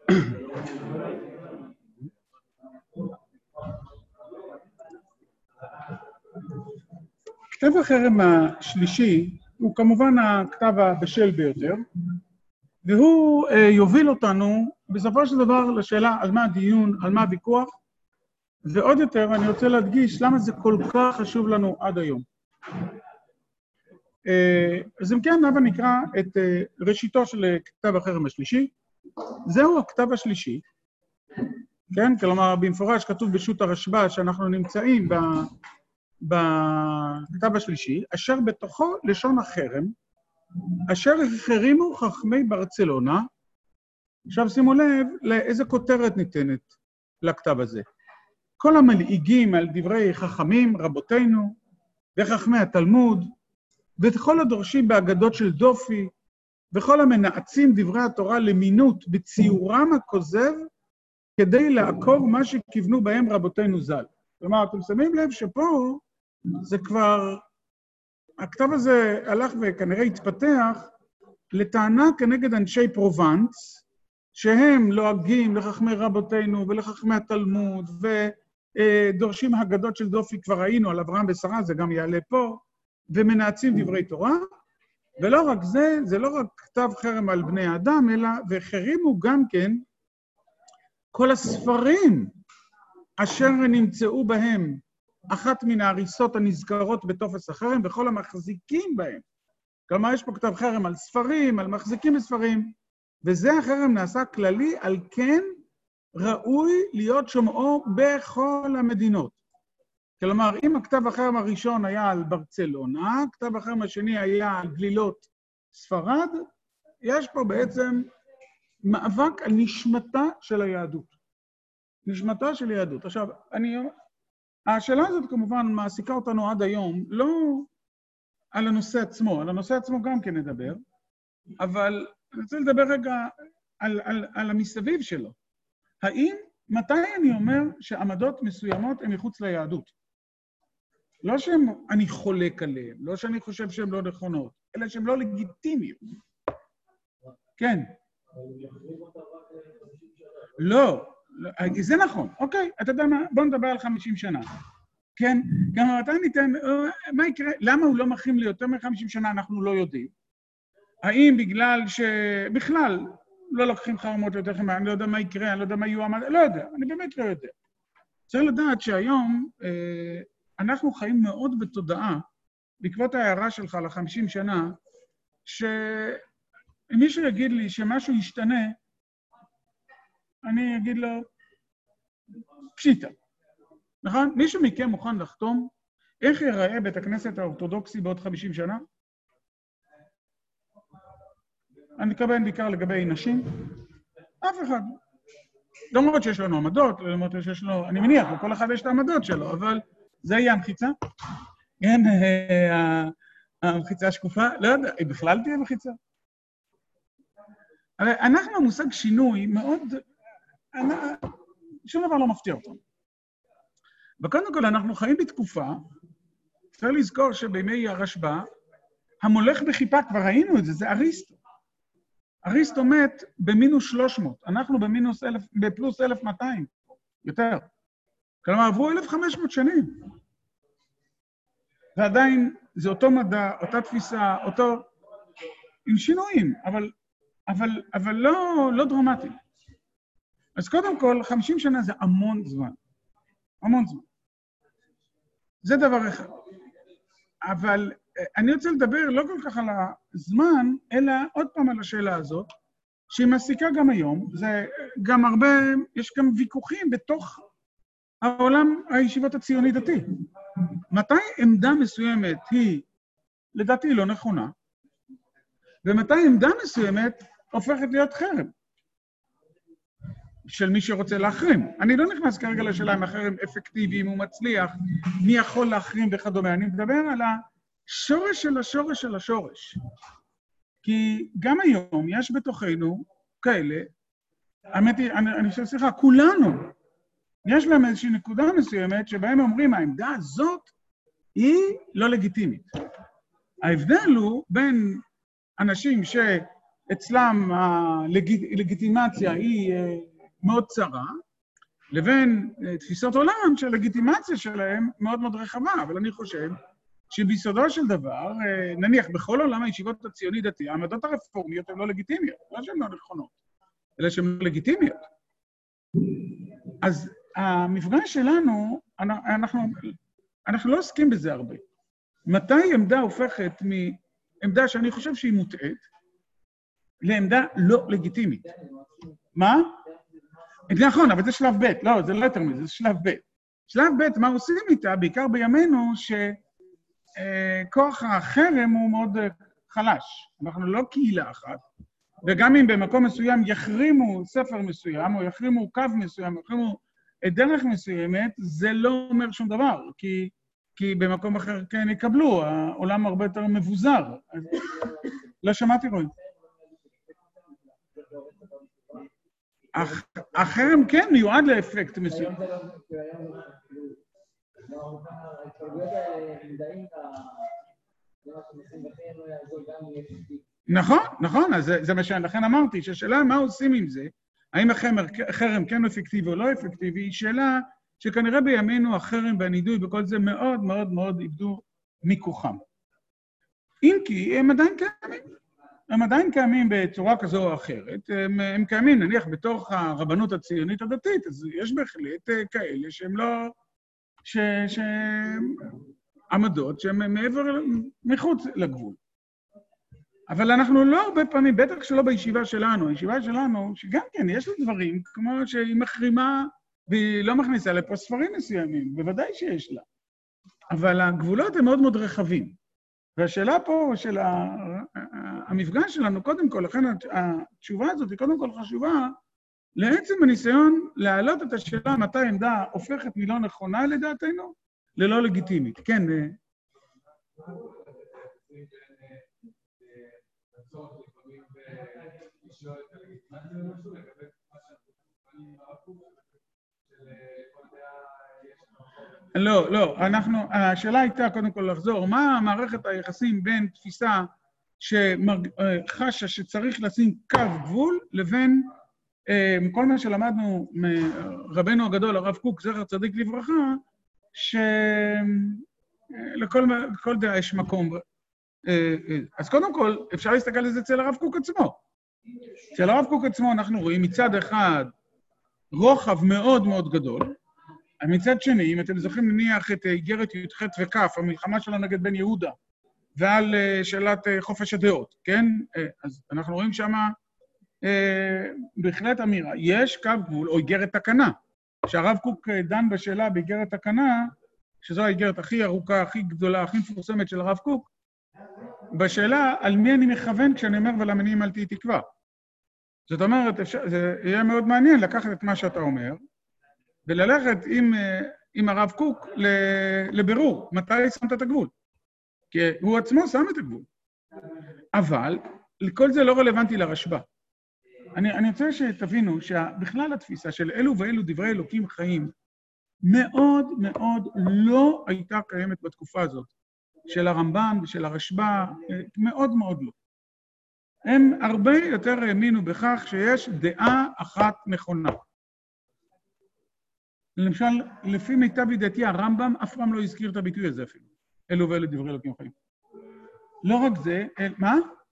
כתב החרם השלישי הוא כמובן הכתב הבשל ביותר, והוא יוביל אותנו בסופו של דבר לשאלה על מה הדיון, על מה הוויכוח, ועוד יותר אני רוצה להדגיש למה זה כל כך חשוב לנו עד היום. אז אם כן, הבה נקרא את ראשיתו של כתב החרם השלישי. זהו הכתב השלישי, כן? כלומר, במפורש כתוב בשו"ת הרשב"א שאנחנו נמצאים בכתב השלישי, אשר בתוכו לשון החרם, אשר החרימו חכמי ברצלונה. עכשיו שימו לב לאיזה כותרת ניתנת לכתב הזה. כל המלעיגים על דברי חכמים, רבותינו, וחכמי התלמוד, וכל הדורשים באגדות של דופי, וכל המנעצים דברי התורה למינות בציורם הכוזב, כדי לעקור מה שכיוונו בהם רבותינו ז"ל. כלומר, אתם שמים לב שפה זה כבר, הכתב הזה הלך וכנראה התפתח לטענה כנגד אנשי פרובנס, שהם לועגים לחכמי רבותינו ולחכמי התלמוד, ודורשים הגדות של דופי, כבר ראינו על אברהם ושרה, זה גם יעלה פה, ומנעצים דברי תורה, ולא רק זה, זה לא רק כתב חרם על בני האדם, אלא וחרימו גם כן כל הספרים אשר נמצאו בהם אחת מן ההריסות הנזכרות בטופס החרם, וכל המחזיקים בהם. כלומר, יש פה כתב חרם על ספרים, על מחזיקים בספרים, וזה החרם נעשה כללי, על כן ראוי להיות שומעו בכל המדינות. כלומר, אם הכתב החרם הראשון היה על ברצלונה, הכתב החרם השני היה על גלילות ספרד, יש פה בעצם מאבק על נשמתה של היהדות. נשמתה של היהדות. עכשיו, השאלה הזאת כמובן מעסיקה אותנו עד היום, לא על הנושא עצמו, על הנושא עצמו גם כן נדבר, אבל אני רוצה לדבר רגע על המסביב שלו. מתי אני אומר שעמדות מסוימות הן מחוץ ליהדות? לא שאני חולק עליהן, לא שאני חושב שהן לא נכונות, אלא שהן לא לגיטימיות. כן. לא, זה נכון. אוקיי, אתה יודע מה? בוא נדבר על 50 שנה. כן, גם אתה ניתן, מה יקרה? למה הוא לא מחרים לי יותר מ-50 שנה? אנחנו לא יודעים. האם בגלל שבכלל לא לוקחים חרמות יותר חמה, אני לא יודע מה יקרה, אני לא יודע מה יהיו עמד, לא יודע, אני באמת לא יודע. צריך לדעת שהיום אנחנו חיים מאוד בתודעה, בעקבות ההערה שלך ל-50 שנה, שאם מישהו יגיד לי שמשהו ישתנה, אני אגיד לו, פשיטה. נכון? מישהו מכם מוכן לחתום איך ייראה בית הכנסת האורתודוקסי בעוד 50 שנה? אני מתכוון בעיקר לגבי נשים. אף אחד. למרות שיש לנו עמדות, למרות שיש לנו, אני מניח, לכל אחד יש את העמדות שלו, אבל זה יהיה המחיצה. כן, המחיצה השקופה, לא יודע, היא בכלל תהיה מחיצה. אבל אנחנו המושג שינוי מאוד, שום דבר לא מפתיע אותנו. וקודם כל, אנחנו חיים בתקופה, צריך לזכור שבימי הרשב"א, המולך בכיפה, כבר ראינו את זה, זה אריסטו. אריסטו מת במינוס 300, אנחנו בפלוס 1200, יותר. כלומר, עברו 1500 שנים. ועדיין זה אותו מדע, אותה תפיסה, אותו, עם שינויים, אבל לא דרמטי. אז קודם כל, 50 שנה זה המון זמן. המון זמן. זה דבר אחד. אבל אני רוצה לדבר לא כל כך על הזמן, אלא עוד פעם על השאלה הזאת, שהיא מעסיקה גם היום, זה גם הרבה, יש גם ויכוחים בתוך העולם הישיבות הציוני דתי. מתי עמדה מסוימת היא, לדעתי, לא נכונה, ומתי עמדה מסוימת הופכת להיות חרם של מי שרוצה להחרים. אני לא נכנס כרגע לשאלה אם החרם אפקטיבי, אם הוא מצליח, מי יכול להחרים וכדומה. אני מדבר על השורש של השורש של השורש. כי גם היום יש בתוכנו כאלה, האמת היא, אני חושב, סליחה, כולנו, יש להם איזושהי נקודה מסוימת שבהם אומרים, העמדה הזאת היא לא לגיטימית. ההבדל הוא בין אנשים אצלם הלגיטימציה היא מאוד צרה, לבין תפיסות עולם שהלגיטימציה שלהם מאוד מאוד רחבה, אבל אני חושב שביסודו של דבר, נניח בכל עולם הישיבות הציוני דתי, העמדות הרפורמיות הן לא לגיטימיות, לא שהן לא נכונות, אלא שהן לא לגיטימיות. אז המפגש שלנו, אנחנו לא עוסקים בזה הרבה. מתי עמדה הופכת מעמדה שאני חושב שהיא מוטעית, לעמדה לא לגיטימית? מה? נכון, אבל זה שלב ב', לא, זה לא יותר מזה, זה שלב ב'. שלב ב', מה עושים איתה? בעיקר בימינו, שכוח החרם הוא מאוד חלש. אנחנו לא קהילה אחת, וגם אם במקום מסוים יחרימו ספר מסוים, או יחרימו קו מסוים, או יחרימו דרך מסוימת, זה לא אומר שום דבר, כי במקום אחר כן יקבלו, העולם הרבה יותר מבוזר. לא שמעתי רואי. החרם כן מיועד לאפקט מסוים. נכון, נכון, אז זה מה שלכן אמרתי, שהשאלה מה עושים עם זה, האם החרם כן אפקטיבי או לא אפקטיבי, היא שאלה שכנראה בימינו החרם והנידוי בכל זה מאוד מאוד מאוד איבדו מכוחם. אם כי הם עדיין קיימים. הם עדיין קיימים בצורה כזו או אחרת, הם קיימים נניח בתוך הרבנות הציונית הדתית, אז יש בהחלט כאלה שהם לא, עמדות שהן מחוץ לגבול. אבל אנחנו לא הרבה פעמים, בטח שלא בישיבה שלנו, הישיבה שלנו, שגם כן יש לה דברים כמו שהיא מחרימה והיא לא מכניסה לפה ספרים מסוימים, בוודאי שיש לה. אבל הגבולות הם מאוד מאוד רחבים. והשאלה פה של המפגש שלנו, קודם כל, לכן התשובה הזאת היא קודם כל חשובה, לעצם הניסיון להעלות את השאלה מתי עמדה הופכת מלא נכונה לדעתנו, ללא לגיטימית. כן. לא, לא, השאלה הייתה קודם כל לחזור, מה מערכת היחסים בין תפיסה שחשה שצריך לשים קו גבול, לבין כל מה שלמדנו מרבנו הגדול, הרב קוק, זכר צדיק לברכה, שלכל דעה יש מקום. אז קודם כל, אפשר להסתכל על זה אצל הרב קוק עצמו. אצל הרב קוק עצמו אנחנו רואים מצד אחד רוחב מאוד מאוד גדול, מצד שני, אם אתם זוכרים נניח את איגרת י"ח וכף, המלחמה שלו נגד בן יהודה, ועל שאלת חופש הדעות, כן? אז אנחנו רואים שמה בהחלט אמירה, יש קו גבול או איגרת תקנה, שהרב קוק דן בשאלה באיגרת תקנה, שזו האיגרת הכי ארוכה, הכי גדולה, הכי מפורסמת של הרב קוק, בשאלה על מי אני מכוון כשאני אומר ולמנים אל תהי תקווה. זאת אומרת, זה יהיה מאוד מעניין לקחת את מה שאתה אומר, וללכת עם הרב קוק לבירור, מתי שמת את הגבול. כי הוא עצמו שם את הגבול. אבל כל זה לא רלוונטי לרשב"א. אני רוצה שתבינו שבכלל התפיסה של אלו ואלו דברי אלוקים חיים, מאוד מאוד לא הייתה קיימת בתקופה הזאת, של הרמב"ם ושל הרשב"א, מאוד מאוד לא. הם הרבה יותר האמינו בכך שיש דעה אחת נכונה. למשל, לפי מיטב ידיעתי, הרמב"ם אף פעם לא הזכיר את הביטוי הזה אפילו. אלו ואלו דברי אלוקים חיים. לא רק זה, מה?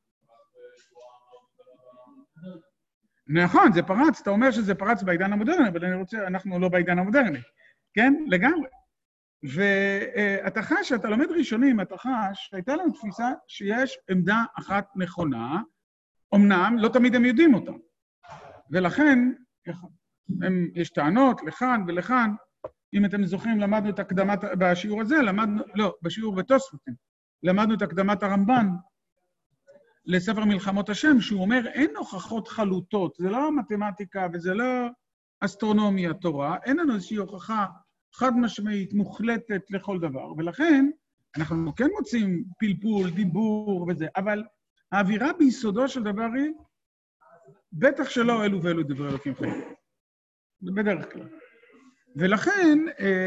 נכון, זה פרץ, אתה אומר שזה פרץ בעידן המודרני, אבל אנחנו לא בעידן המודרני, כן? לגמרי. ואתה חש, אתה לומד ראשונים, אתה חש, הייתה לנו תפיסה שיש עמדה אחת נכונה, אמנם לא תמיד הם יודעים אותה. ולכן, יש טענות לכאן ולכאן, אם אתם זוכרים, למדנו את הקדמת, בשיעור הזה, בשיעור בתוספות, למדנו את הקדמת הרמב"ן, לספר מלחמות השם, שהוא אומר, אין הוכחות חלוטות, זה לא מתמטיקה וזה לא אסטרונומיה תורה, אין לנו איזושהי הוכחה חד משמעית, מוחלטת לכל דבר, ולכן אנחנו כן מוצאים פלפול, דיבור וזה, אבל האווירה ביסודו של דבר היא, בטח שלא אלו ואלו דברי אלוקים חיים. בדרך כלל. ולכן,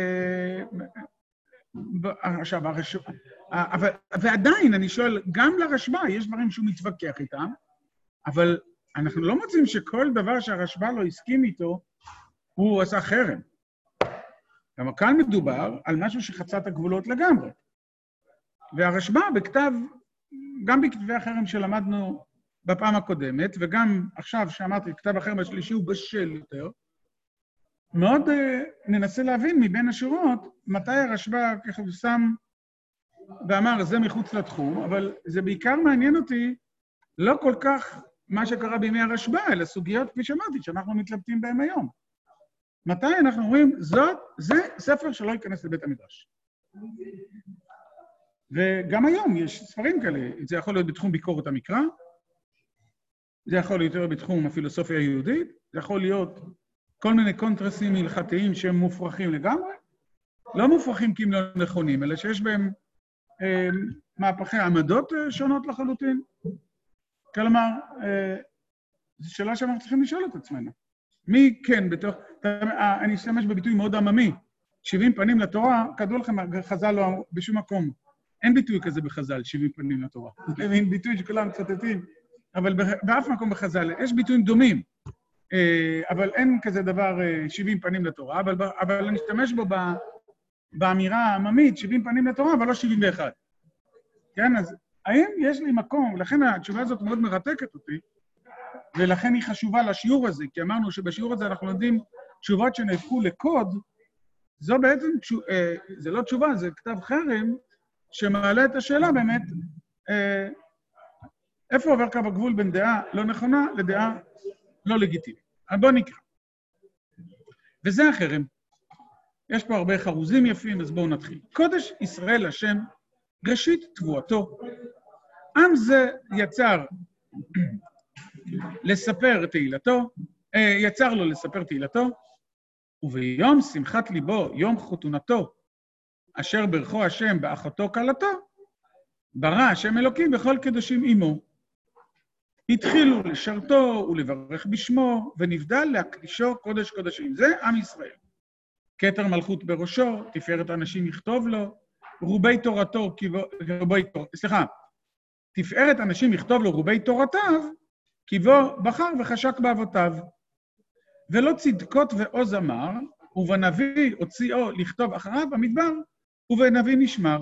עכשיו, ועדיין אני שואל, גם לרשב"א יש דברים שהוא מתווכח איתם, אבל אנחנו לא מוצאים שכל דבר שהרשב"א לא הסכים איתו, הוא עשה חרם. גם כאן מדובר על משהו שחצה את הגבולות לגמרי. והרשב"א בכתב, גם בכתבי החרם שלמדנו בפעם הקודמת, וגם עכשיו שאמרתי, כתב החרם השלישי הוא בשל יותר, מאוד ננסה להבין מבין השורות, מתי הרשב"א ככה שם ואמר, זה מחוץ לתחום, אבל זה בעיקר מעניין אותי, לא כל כך מה שקרה בימי הרשב"א, אלא סוגיות, כפי שאמרתי, שאנחנו מתלבטים בהם היום. מתי אנחנו אומרים, זה ספר שלא ייכנס לבית המדרש. וגם היום יש ספרים כאלה, זה יכול להיות בתחום ביקורת המקרא, זה יכול להיות יותר בתחום הפילוסופיה היהודית, זה יכול להיות כל מיני קונטרסים הלכתיים שהם מופרכים לגמרי, לא מופרכים כי הם לא נכונים, אלא שיש בהם מהפכי עמדות שונות לחלוטין. כלומר, זו שאלה שאנחנו צריכים לשאול את עצמנו. מי כן בתוך... אני אשתמש בביטוי מאוד עממי, 70 פנים לתורה, כדאו לכם, חז"ל לא בשום מקום. אין ביטוי כזה בחז"ל, 70 פנים לתורה. אין ביטוי שכולם מצטטים, אבל באף מקום בחז"ל, יש ביטויים דומים, אבל אין כזה דבר 70 פנים לתורה, אבל אני אשתמש בו באמירה העממית, 70 פנים לתורה, אבל לא 71. כן, אז האם יש לי מקום, לכן התשובה הזאת מאוד מרתקת אותי, ולכן היא חשובה לשיעור הזה, כי אמרנו שבשיעור הזה אנחנו לומדים תשובות שנהפכו לקוד, זו בעצם, זה לא תשובה, זה כתב חרם, שמעלה את השאלה באמת, איפה עובר קו הגבול בין דעה לא נכונה לדעה לא לגיטימית. אז בואו נקרא. וזה החרם. יש פה הרבה חרוזים יפים, אז בואו נתחיל. קודש ישראל השם, ראשית תבואתו. עם זה יצר לספר תהילתו, יצר לו לספר תהילתו, וביום שמחת ליבו, יום חתונתו, אשר ברכו השם באחותו כלתו, ברא השם אלוקים בכל קדושים עמו. התחילו לשרתו ולברך בשמו, ונבדל להקדישו קודש קודשים. זה עם ישראל. כתר מלכות בראשו, תפארת אנשים יכתוב לו, רובי תורתו, תפארת אנשים יכתוב לו רובי תורתיו, כי בו בחר וחשק באבותיו. ולא צדקות ועוז אמר, ובנביא הוציאו לכתוב אחריו במדבר, ובנביא נשמר.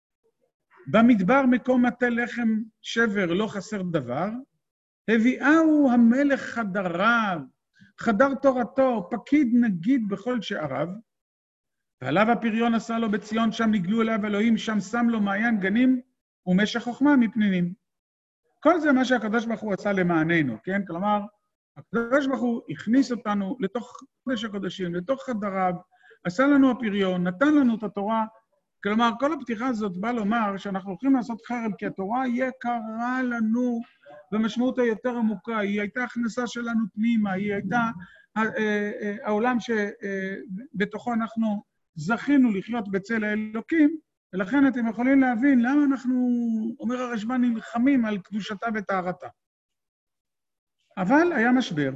במדבר מקום מטה לחם שבר לא חסר דבר, הביאהו המלך חדריו, חדר תורתו, פקיד נגיד בכל שעריו, ועליו הפריון עשה לו בציון, שם נגלו אליו אלוהים, שם שם לו מעיין גנים ומשך חוכמה מפנינים. כל זה מה שהקדוש ברוך הוא עשה למעננו, כן? כלומר, הקדוש ברוך הוא הכניס אותנו לתוך קודש הקודשים, לתוך חדריו, עשה לנו הפריון, נתן לנו את התורה. כלומר, כל הפתיחה הזאת באה לומר שאנחנו הולכים לעשות חרם, כי התורה יקרה לנו במשמעות היותר עמוקה, היא הייתה הכנסה שלנו פנימה, היא הייתה העולם שבתוכו אנחנו זכינו לחיות בצל האלוקים, ולכן אתם יכולים להבין למה אנחנו, אומר הרשב"א, נלחמים על קדושתה וטהרתה. אבל היה משבר,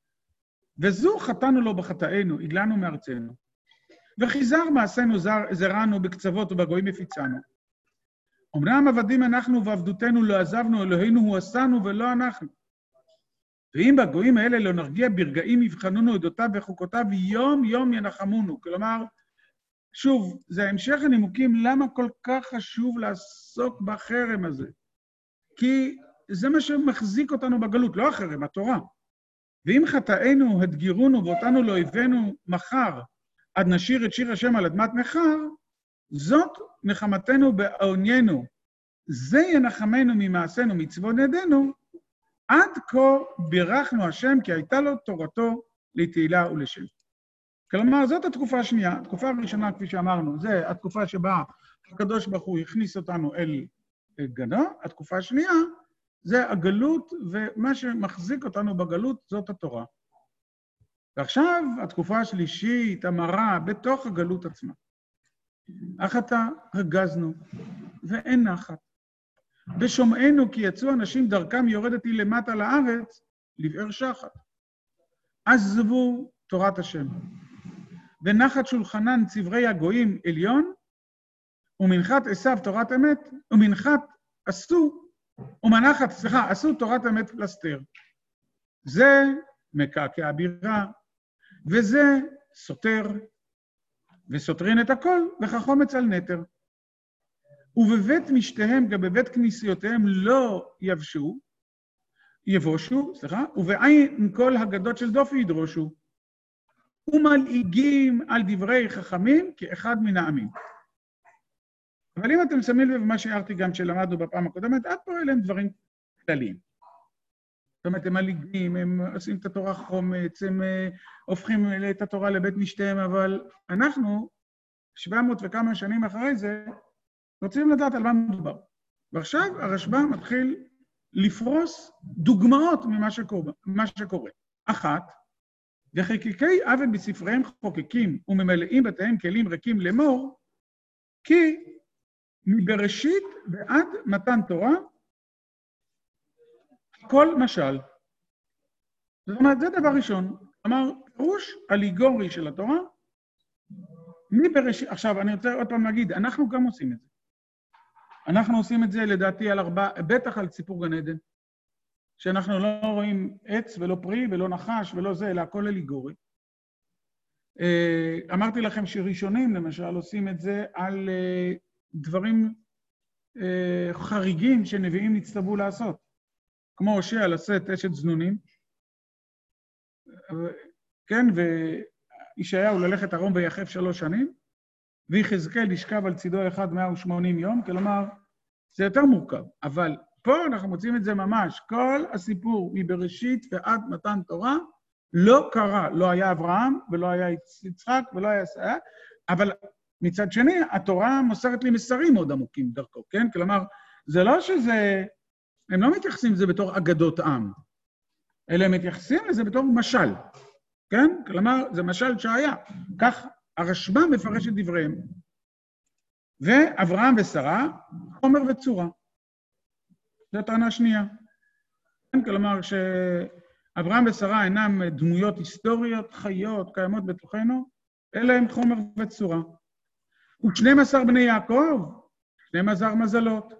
וזו חטאנו לו בחטאינו, הגלנו מארצנו, וחיזר מעשינו זרענו בקצוות ובגויים מפיצנו. אמנם עבדים אנחנו ועבדותנו לא עזבנו, אלוהינו הוא עשנו ולא אנחנו. ואם בגויים האלה לא נרגיע ברגעים יבחנונו עדותיו וחוקותיו, יום יום ינחמונו. כלומר, שוב, זה המשך הנימוקים למה כל כך חשוב לעסוק בחרם הזה. כי זה מה שמחזיק אותנו בגלות, לא החרם, התורה. ואם חטאינו הדגירונו ואותנו לא הבאנו מחר, עד נשיר את שיר השם על אדמת מחר, זאת נחמתנו בעוניינו, זה ינחמנו ממעשינו מצוות ידינו, עד כה בירכנו השם כי הייתה לו תורתו לתהילה ולשם. כלומר, זאת התקופה השנייה, התקופה הראשונה, כפי שאמרנו, זה התקופה שבה הקדוש ברוך הוא הכניס אותנו אל גנו, התקופה השנייה זה הגלות, ומה שמחזיק אותנו בגלות זאת התורה. ועכשיו התקופה השלישית, המרה, בתוך הגלות עצמה. אך עתה הגזנו, ואין נחת. בשומענו כי יצאו אנשים דרכם יורדת היא למטה לארץ, לבאר שחת. עזבו תורת השם. ונחת שולחנן צברי הגויים עליון, ומנחת עשיו תורת אמת, ומנחת עשו ומנחת, סליחה, עשו תורת אמת פלסתר. זה מקעקע הבירה, וזה סותר, וסותרין את הכל, וכחומץ על נטר. ובבית משתיהם, גם בבית כניסיותיהם, לא יבושו, ובעין כל הגדות של דופי ידרושו. ומלעיגים על דברי חכמים כאחד מן העמים. אבל אם אתם שמים לב מה שהערתי גם שלמדנו בפעם הקודמת, עד פה אלה הם דברים כלליים. זאת אומרת, הם מלעיגים, הם עושים את התורה חומץ, הם הופכים את התורה לבית משתיהם, אבל אנחנו, 700 וכמה שנים אחרי זה, רוצים לדעת על מה מדובר. ועכשיו הרשב"א מתחיל לפרוס דוגמאות ממה שקורה. אחת, וחקיקי עוול בספריהם חוקקים וממלאים בתיהם כלים ריקים לאמור, כי מבראשית ועד מתן תורה, כל משל. זאת אומרת, זה דבר ראשון. אמר, פירוש אליגורי של התורה, מבראשית, עכשיו אני רוצה עוד פעם להגיד, אנחנו גם עושים את זה. אנחנו עושים את זה לדעתי על בטח על סיפור גן עדן, שאנחנו לא רואים עץ ולא פרי ולא נחש ולא זה, אלא הכל אליגורי. אמרתי לכם שראשונים, למשל, עושים את זה על דברים חריגים שנביאים נצטוו לעשות. כמו הושע לשאת אשת זנונים, כן, וישעיהו ללכת ערום ויחף 3 שנים, ויחזקאל לשכב על צידו אחד 180 יום, כלומר, זה יותר מורכב. אבל פה אנחנו מוצאים את זה ממש, כל הסיפור מבראשית ועד מתן תורה, לא קרה, לא היה אברהם, ולא היה יצחק, ולא היה ישעיה, אבל מצד שני, התורה מוסרת לי מסרים מאוד עמוקים דרכו, כן? כלומר, זה לא שזה, הם לא מתייחסים לזה בתור אגדות עם, אלא הם מתייחסים לזה בתור משל, כן? כלומר, זה משל שהיה. כך הרשב"א מפרש את דבריהם. ואברהם ושרה, חומר וצורה. זו הטענה השנייה. כן? כלומר, שאברהם ושרה אינם דמויות היסטוריות, חיות, קיימות בתוכנו, אלא הם חומר וצורה. ו12 בני יעקב, 12 מזלות.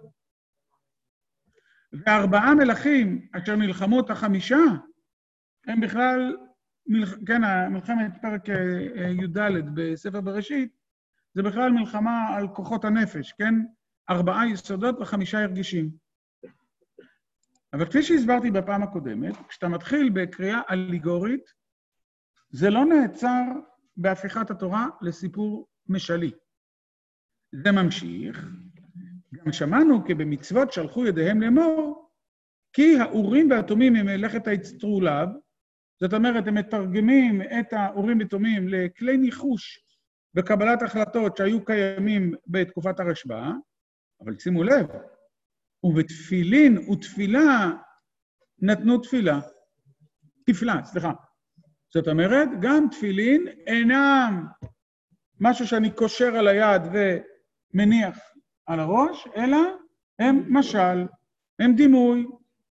ו4 מלכים אשר נלחמו את 5, הם בכלל, כן, מלחמת פרק י"ד בספר בראשית, זה בכלל מלחמה על כוחות הנפש, כן? 4 יסודות ו5 הרגישים. אבל כפי שהסברתי בפעם הקודמת, כשאתה מתחיל בקריאה אליגורית, זה לא נעצר בהפיכת התורה לסיפור משלי. זה ממשיך. גם שמענו כי במצוות שלחו ידיהם לאמור, כי האורים והתומים הם מלאכת האצטרולב, זאת אומרת, הם מתרגמים את האורים והתומים לכלי ניחוש בקבלת החלטות שהיו קיימים בתקופת הרשב"א, אבל שימו לב, ובתפילין ותפילה נתנו תפילה, סליחה. זאת אומרת, גם תפילין אינם משהו שאני קושר על היד ומניח על הראש, אלא הם משל, הם דימוי.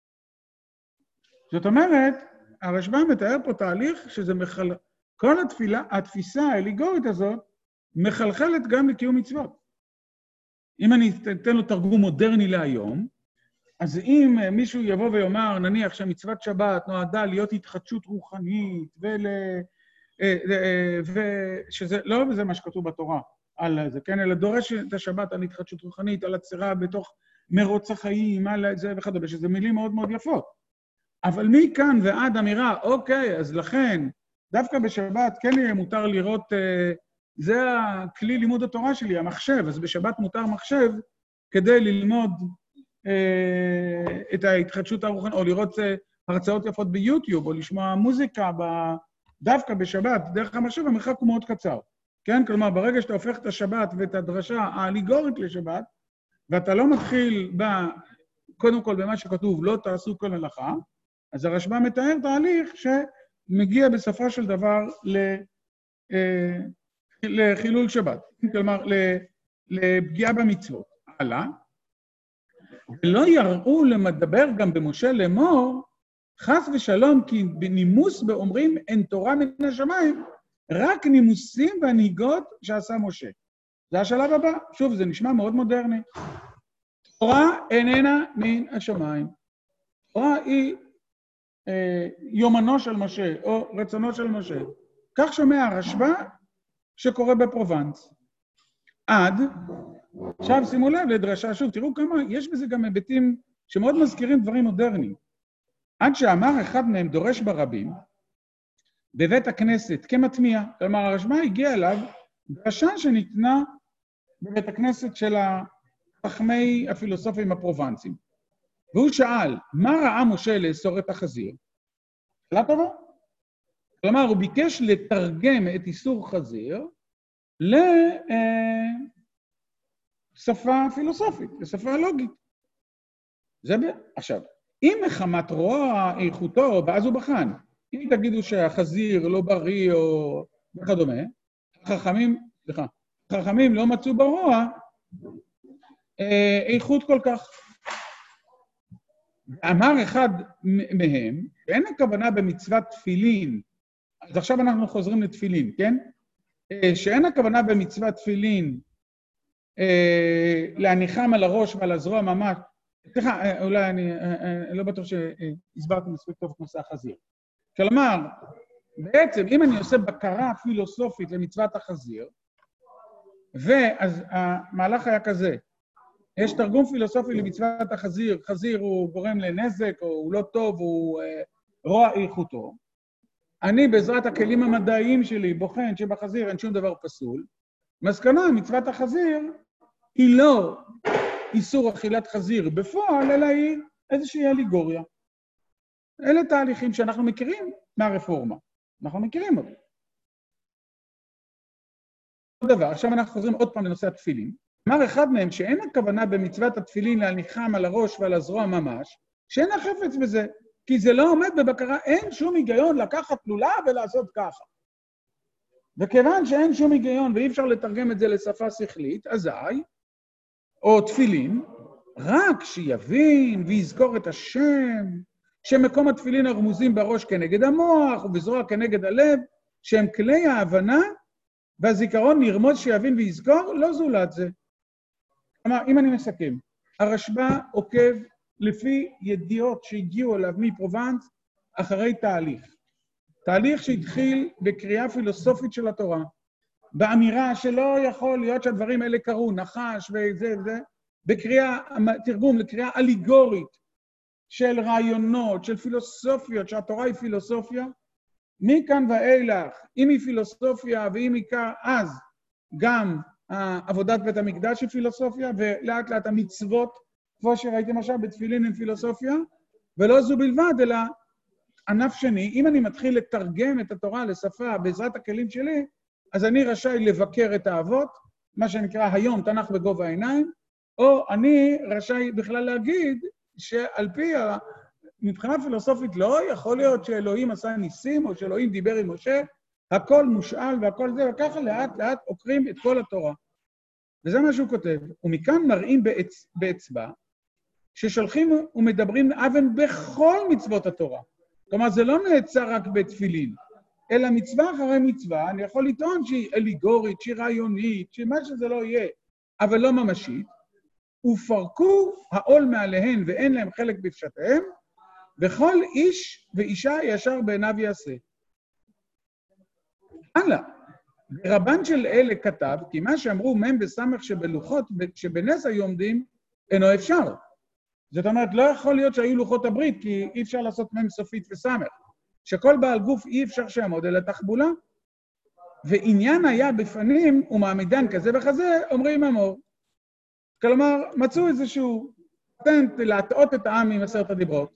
זאת אומרת, הרשב"א מתאר פה תהליך שזה כל התפיסה האליגורית הזאת מחלחלת גם לקיום מצוות. אם אני אתן לו תרגום מודרני להיום, אז אם מישהו יבוא ויאמר, נניח שהמצוות שבת נועדה להיות התחדשות רוחנית, ושזה לא וזה מה שכתוב בתורה על זה, כן? אלא דורש את השבת על התחדשות רוחנית, על הצירה בתוך מרוץ החיים, על זה וכדומה, שזה מילים מאוד מאוד יפות. אבל מכאן ועד אמירה, אוקיי, אז לכן, דווקא בשבת כן יהיה מותר לראות, זה הכלי לימוד התורה שלי, המחשב, אז בשבת מותר מחשב כדי ללמוד את ההתחדשות הרוחנית, או לראות הרצאות יפות ביוטיוב, או לשמוע מוזיקה דווקא בשבת, דרך המחשב, המרחק הוא מאוד קצר. כן? כלומר, ברגע שאתה הופך את השבת ואת הדרשה האליגורית לשבת, ואתה לא מתחיל קודם כל במה שכתוב, לא תעשו כל מלאכה, אז הרשב"א מתאר תהליך שמגיע בסופו של דבר לחילול שבת, כלומר לפגיעה במצוות. הלאה, ולא יראו למדבר גם במשה לאמור, חס ושלום, כי בנימוס באומרים אין תורה מן השמיים, רק נימוסים והנהיגות שעשה משה. זה השלב הבא. שוב, זה נשמע מאוד מודרני. תורה איננה מן השמיים. תורה היא יומנו של משה, או רצונו של משה. כך שומע הרשב"א שקורה בפרובנס. עד, עכשיו שימו לב לדרשה, שוב, תראו כמה, יש בזה גם היבטים שמאוד מזכירים דברים מודרניים. עד שאמר אחד מהם דורש ברבים, בבית הכנסת כמטמיע, כלומר הרשב"א הגיע אליו דרשה שניתנה בבית הכנסת של חכמי הפילוסופים הפרובנסים. והוא שאל, מה ראה משה לאסור את החזיר? שאלה טובה. כלומר, הוא ביקש לתרגם את איסור חזיר לשפה פילוסופית, לשפה לוגית. עכשיו, אם מחמת רוע איכותו, ואז הוא בחן, אם תגידו שהחזיר לא בריא או וכדומה, חכמים לא מצאו ברוע איכות כל כך. אמר אחד מהם, ואין הכוונה במצוות תפילין, אז עכשיו אנחנו חוזרים לתפילין, כן? שאין הכוונה במצוות תפילין להניחם על הראש ועל הזרוע ממש, סליחה, אולי אני לא בטוח שהסברתי מספיק טוב את נושא החזיר. כלומר, בעצם אם אני עושה בקרה פילוסופית למצוות החזיר, ואז המהלך היה כזה, יש תרגום פילוסופי למצוות החזיר, חזיר הוא גורם לנזק, או הוא לא טוב, הוא רוע איכותו. אני בעזרת הכלים המדעיים שלי בוחן שבחזיר אין שום דבר פסול. מסקנה, מצוות החזיר היא לא איסור אכילת חזיר בפועל, אלא היא איזושהי אליגוריה. אלה תהליכים שאנחנו מכירים מהרפורמה. אנחנו מכירים אותם. עוד דבר, עכשיו אנחנו חוזרים עוד פעם לנושא התפילין. אמר אחד מהם שאין הכוונה במצוות התפילין להניחם על הראש ועל הזרוע ממש, שאין החפץ בזה, כי זה לא עומד בבקרה, אין שום היגיון לקחת לולה ולעשות ככה. וכיוון שאין שום היגיון ואי אפשר לתרגם את זה לשפה שכלית, אזי, או תפילין, רק שיבין ויזכור את השם, שמקום התפילין הרמוזים בראש כנגד המוח ובזרוע כנגד הלב, שהם כלי ההבנה והזיכרון נרמוז שיבין ויזכור, לא זולת זה. כלומר, אם אני מסכם, הרשב"א עוקב לפי ידיעות שהגיעו אליו מפרובנס אחרי תהליך. תהליך שהתחיל בקריאה פילוסופית של התורה, באמירה שלא יכול להיות שהדברים האלה קרו, נחש וזה וזה, בקריאה, תרגום לקריאה אליגורית של רעיונות, של פילוסופיות, שהתורה היא פילוסופיה, מכאן ואילך, אם היא פילוסופיה ואם היא אז גם עבודת בית המקדש היא פילוסופיה, ולאט לאט המצוות, כמו שראיתם עכשיו בתפילין עם פילוסופיה, ולא זו בלבד, אלא ענף שני, אם אני מתחיל לתרגם את התורה לשפה בעזרת הכלים שלי, אז אני רשאי לבקר את האבות, מה שנקרא היום תנ"ך בגובה העיניים, או אני רשאי בכלל להגיד שעל פי מבחינה פילוסופית לא יכול להיות שאלוהים עשה ניסים, או שאלוהים דיבר עם משה, הכל מושאל והכל זה, וככה לאט לאט עוקרים את כל התורה. וזה מה שהוא כותב. ומכאן מראים באצבע, ששולחים ומדברים אבן בכל מצוות התורה. כלומר, זה לא נעצר רק בתפילין, אלא מצווה אחרי מצווה, אני יכול לטעון שהיא אליגורית, שהיא רעיונית, שמה שזה לא יהיה, אבל לא ממשית, ופרקו העול מעליהן ואין להם חלק בפשטיהם, וכל איש ואישה ישר בעיניו יעשה. הלאה, רבן של אלה כתב, כי מה שאמרו מם וסמך שבלוחות, שבנס היו עומדים, אינו אפשר. זאת אומרת, לא יכול להיות שהיו לוחות הברית, כי אי אפשר לעשות מם סופית וסמך. שכל בעל גוף אי אפשר שיעמוד אלא תחבולה. ועניין היה בפנים ומעמידן כזה וכזה, אומרים אמור. כלומר, מצאו איזשהו פטנט להטעות את העם עם 10 הדיברות.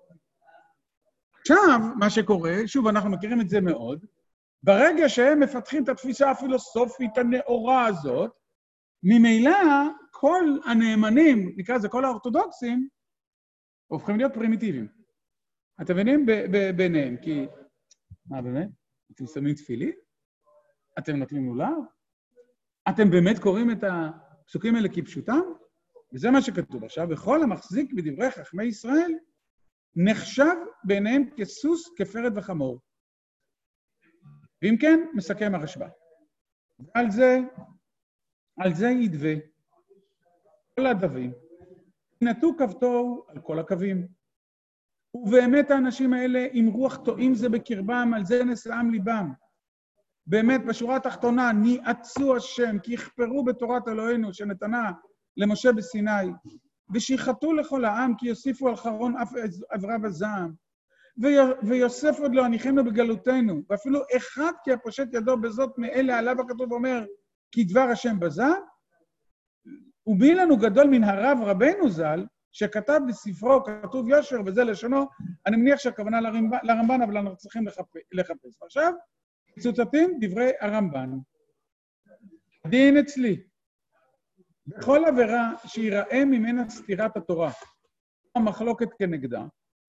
עכשיו, מה שקורה, שוב, אנחנו מכירים את זה מאוד, ברגע שהם מפתחים את התפיסה הפילוסופית הנאורה הזאת, ממילא כל הנאמנים, נקרא לזה כל האורתודוקסים, הופכים להיות פרימיטיביים. אתם מבינים ביניהם, כי... מה באמת? אתם שמים תפילין? אתם נוטלים לולב? אתם באמת קוראים את הפסוקים האלה כפשוטם? וזה מה שכתוב עכשיו, וכל המחזיק בדברי חכמי ישראל, נחשב ביניהם כסוס, כפרד וחמור. ואם כן, מסכם הרשב"א. על זה ידווה כל הדברים, נטו כפתור על כל הקווים. ובאמת האנשים האלה עם רוח טועים זה בקרבם, על זה נשאם ליבם. באמת בשורה התחתונה, ניעצו השם, כי יכפרו בתורת אלוהינו שנתנה למשה בסיני, ושיחתו לכל העם, כי יוסיפו על חרון אף עברה בזעם, ויוסף עוד לא הניחנו בגלותנו, ואפילו אחד כי הפושט ידו בזאת מאלה עליו הכתוב אומר, כי דבר השם בזעם, ומי לנו גדול מן הרב רבנו ז"ל, שכתב בספרו, כתוב יושר, וזה לשונו, אני מניח שהכוונה לרמב"ן, אבל אנחנו צריכים לחפש. עכשיו, צוטטים דברי הרמב"ן. דין אצלי, בכל עבירה שיראה ממנה סתירת התורה, המחלוקת כנגדה,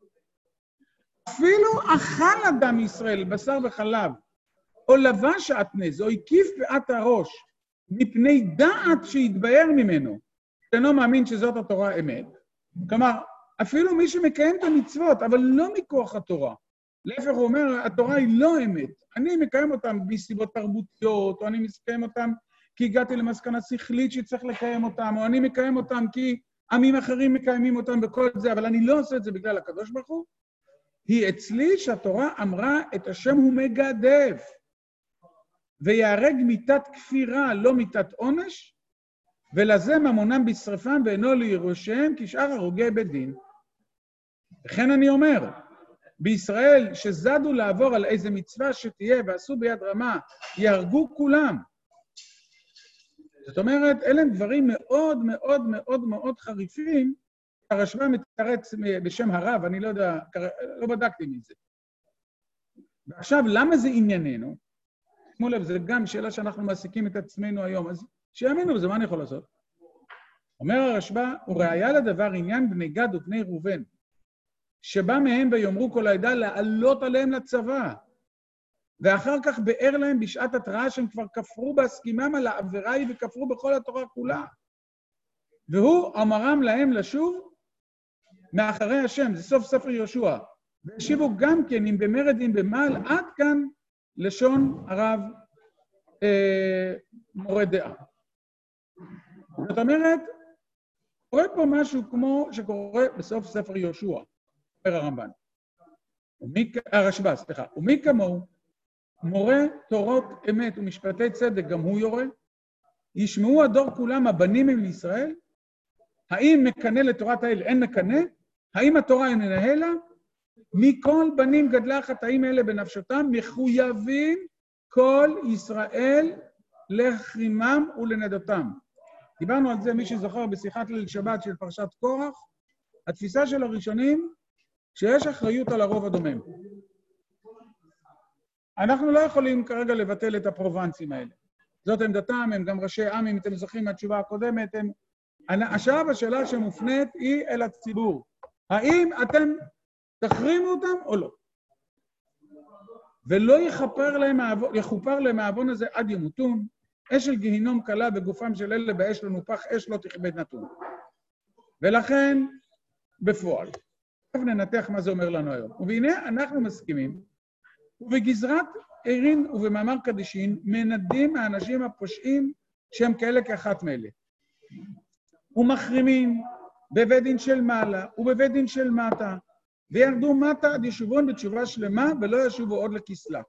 אפילו אכל אדם ישראל, בשר וחלב, או לבש שעטנז, או הקיף פאת הראש, מפני דעת שהתבהר ממנו, שאינו מאמין שזאת התורה אמת. כלומר, אפילו מי שמקיים את המצוות, אבל לא מכוח התורה. להפך הוא אומר, התורה היא לא אמת. אני מקיים אותם בסיבות תרבותיות, או אני מקיים אותם כי הגעתי למסקנה שכלית שצריך לקיים אותם, או אני מקיים אותם כי עמים אחרים מקיימים אותם בכל זה, אבל אני לא עושה את זה בגלל הקדוש ברוך הוא. היא אצלי שהתורה אמרה את השם הוא מגדף, ויהרג מיתת כפירה, לא מיתת עונש, ולזה ממונם בשרפם ואינו לירושיהם כשאר הרוגי בית דין. לכן אני אומר, בישראל שזדו לעבור על איזה מצווה שתהיה ועשו ביד רמה, יהרגו כולם. זאת אומרת, אלה הם דברים מאוד מאוד מאוד מאוד חריפים, הרשב"א מתרץ בשם הרב, אני לא יודע, לא בדקתי מזה. ועכשיו, למה זה ענייננו? שימו לב, זה גם שאלה שאנחנו מעסיקים את עצמנו היום, אז שיאמינו בזה, מה אני יכול לעשות? אומר הרשב"א, וראיה לדבר עניין בני גד ובני ראובן, שבא מהם ויאמרו כל העדה לעלות עליהם לצבא, ואחר כך באר להם בשעת התראה שהם כבר כפרו בהסכימם על העבירה היא וכפרו בכל התורה כולה. והוא אמרם להם לשוב מאחרי השם, זה סוף ספר יהושע. והשיבו גם כן אם במרד אם במעל, עד כאן לשון הרב מורה דעה. זאת אומרת, קורה פה משהו כמו שקורה בסוף ספר יהושע, אומר הרמב"ן. הרשב"א, סליחה. ומי כמוהו, מורה תורות אמת ומשפטי צדק, גם הוא יורה, ישמעו הדור כולם הבנים הם לישראל, האם מקנה לתורת האל אין מקנה, האם התורה אין נהלה, מכל בנים גדלה חטאים אלה בנפשותם, מחויבים כל ישראל להחרימם ולנדותם. דיברנו על זה, מי שזוכר בשיחת ליל שבת של פרשת קורח, התפיסה של הראשונים, שיש אחריות על הרוב הדומם. אנחנו לא יכולים כרגע לבטל את הפרובנסים האלה. זאת עמדתם, הם גם ראשי עם, אם אתם זוכרים מהתשובה הקודמת, עכשיו השאלה שמופנית היא אל הציבור. האם אתם תחרימו אותם או לא? ולא יכופר להם העוון הזה עד ימותון, אש של גיהינום קלה בגופם של אלה באש לא נופח, אש לא תכבד נתון. ולכן, בפועל, עכשיו ננתח מה זה אומר לנו היום. והנה אנחנו מסכימים, ובגזרת עירין ובמאמר קדישין, מנדים האנשים הפושעים שהם כאלה כאחת מאלה. ומחרימים בבית דין של מעלה ובבית דין של מטה, וירדו מטה עד ישובון בתשובה שלמה, ולא ישובו עוד לכסלה.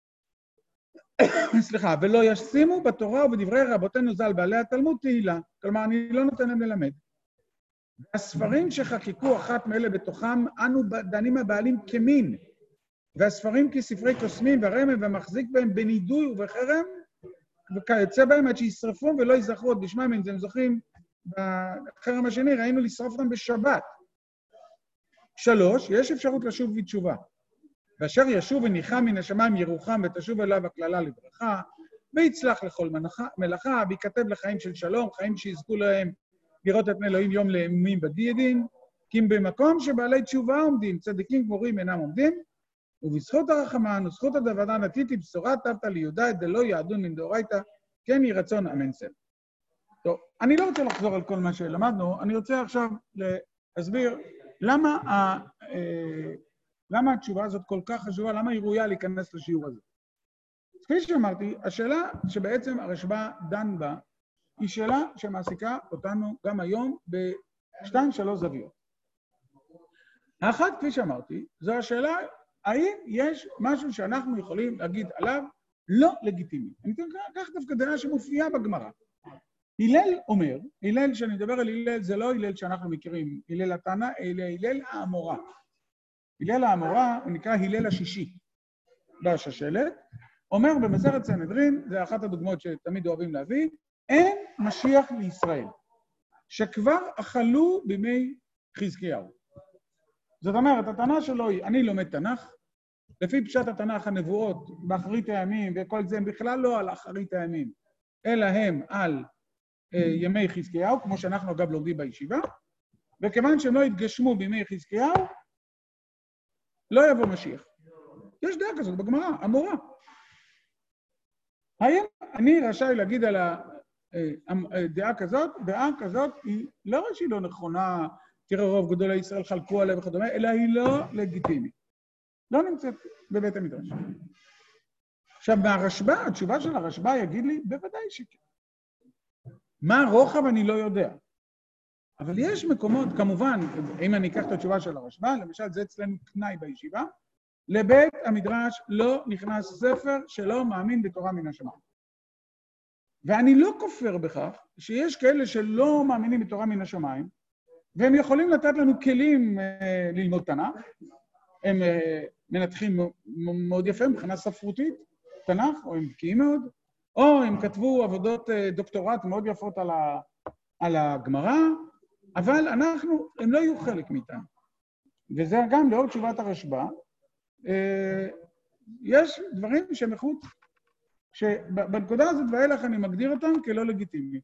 סליחה, ולא ישימו בתורה ובדברי רבותינו ז"ל בעלי התלמוד תהילה, כלומר אני לא נותן להם ללמד. והספרים שחקקו אחת מאלה בתוכם, אנו דנים הבעלים כמין, והספרים כספרי קוסמים ורמם ומחזיק בהם בנידוי ובחרם, וכיוצא בהם עד שישרפו ולא יזכרו עוד בשמם, אם אתם זוכרים, בחרם השני ראינו לשרוף אותם בשבת. 3, יש אפשרות לשוב בתשובה. ואשר ישוב וניחם מן השמיים ירוחם ותשוב אליו הכללה לברכה, ויצלח לכל מלאכה, ויכתב לחיים של שלום, חיים שיזכו להם לראות את אלוהים יום לימים בדין, כי אם במקום שבעלי תשובה עומדים, צדיקים גמורים אינם עומדים, ובזכות הרחמן וזכות הדוודן נתיתי בשורה טבתא ליהודה דלא יעדון מן דאורייתא, כן יהי רצון אמן סל. טוב, אני לא רוצה לחזור על כל מה שלמדנו, אני רוצה עכשיו להסביר למה התשובה הזאת כל כך חשובה, למה היא ראויה להיכנס לשיעור הזה. כפי שאמרתי, השאלה שבעצם הרשב"א דן בה, היא שאלה שמעסיקה אותנו גם היום 3 זוויות. האחת, כפי שאמרתי, זו השאלה, האם יש משהו שאנחנו יכולים להגיד עליו לא לגיטימי? אני אקח דווקא דעה שמופיעה בגמרא. הלל אומר, הלל, שאני מדבר על הלל, זה לא הלל שאנחנו מכירים, הלל התנא, אלא הלל האמורא. הלל האמורא, הוא נקרא הלל השישי בשושלת, אומר במסכת סנהדרין, זה אחת הדוגמאות שתמיד אוהבים להביא, אין משיח לישראל, שכבר אכלו בימי חזקיהו. זאת אומרת, התנ"ך שלו היא, אני לומד תנ"ך, לפי פשט התנ"ך, הנבואות באחרית הימים, וכל זה הם בכלל לא על אחרית הימים, אלא הם על ימי חזקיהו, כמו שאנחנו אגב לומדים בישיבה, וכיוון שהם לא התגשמו בימי חזקיהו, לא יבוא משיח. יש דעה כזאת בגמרא, אמורה. האם אני רשאי להגיד על הדעה כזאת? דעה כזאת היא לא רק שהיא לא נכונה, תראה רוב גדולי ישראל חלקו עליה וכדומה, אלא היא לא לגיטימית. לא נמצאת בבית המדרש. עכשיו, מהרשב"א, התשובה של הרשב"א יגיד לי, בוודאי שכן. מה הרוחב אני לא יודע. אבל יש מקומות, כמובן, אם אני אקח את התשובה של הרשב"א, למשל זה אצלנו תנאי בישיבה, לבית המדרש לא נכנס ספר שלא מאמין בתורה מן השמיים. ואני לא כופר בכך שיש כאלה שלא מאמינים בתורה מן השמיים, והם יכולים לתת לנו כלים ללמוד תנ"ך, הם מנתחים מאוד יפה מבחינה ספרותית, תנ"ך, או הם בקיאים מאוד, או הם כתבו עבודות דוקטורט מאוד יפות על הגמרא, אבל הם לא יהיו חלק מאיתנו. וזה גם לאור תשובת הרשב"א, יש דברים שהם איכות, שבנקודה הזאת ואילך אני מגדיר אותם כלא לגיטימי.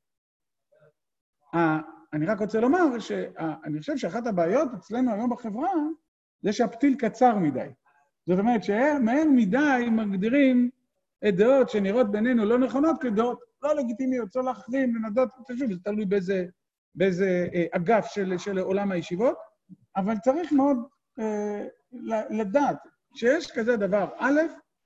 אני רק רוצה לומר שאני חושב שאחת הבעיות אצלנו היום בחברה, זה שהפתיל קצר מדי. זאת אומרת שמהר מדי מגדירים את דעות שנראות בינינו לא נכונות כדעות לא לגיטימיות, לא להחרים, לנדות, תשוב, זה תלוי באיזה אגף של עולם הישיבות, אבל צריך מאוד לדעת שיש כזה דבר. א',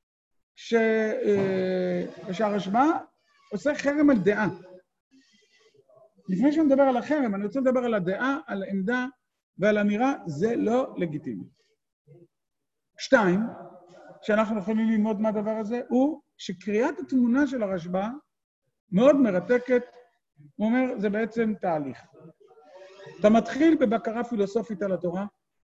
שהרשב"א עושה חרם על דעה. לפני שאני מדבר על החרם, אני רוצה לדבר על הדעה, על העמדה ועל אמירה, זה לא לגיטימי. 2, שאנחנו יכולים ללמוד מהדבר הזה, הוא שקריאת התמונה של הרשב"א מאוד מרתקת, הוא אומר, זה בעצם תהליך. אתה מתחיל בבקרה פילוסופית על התורה,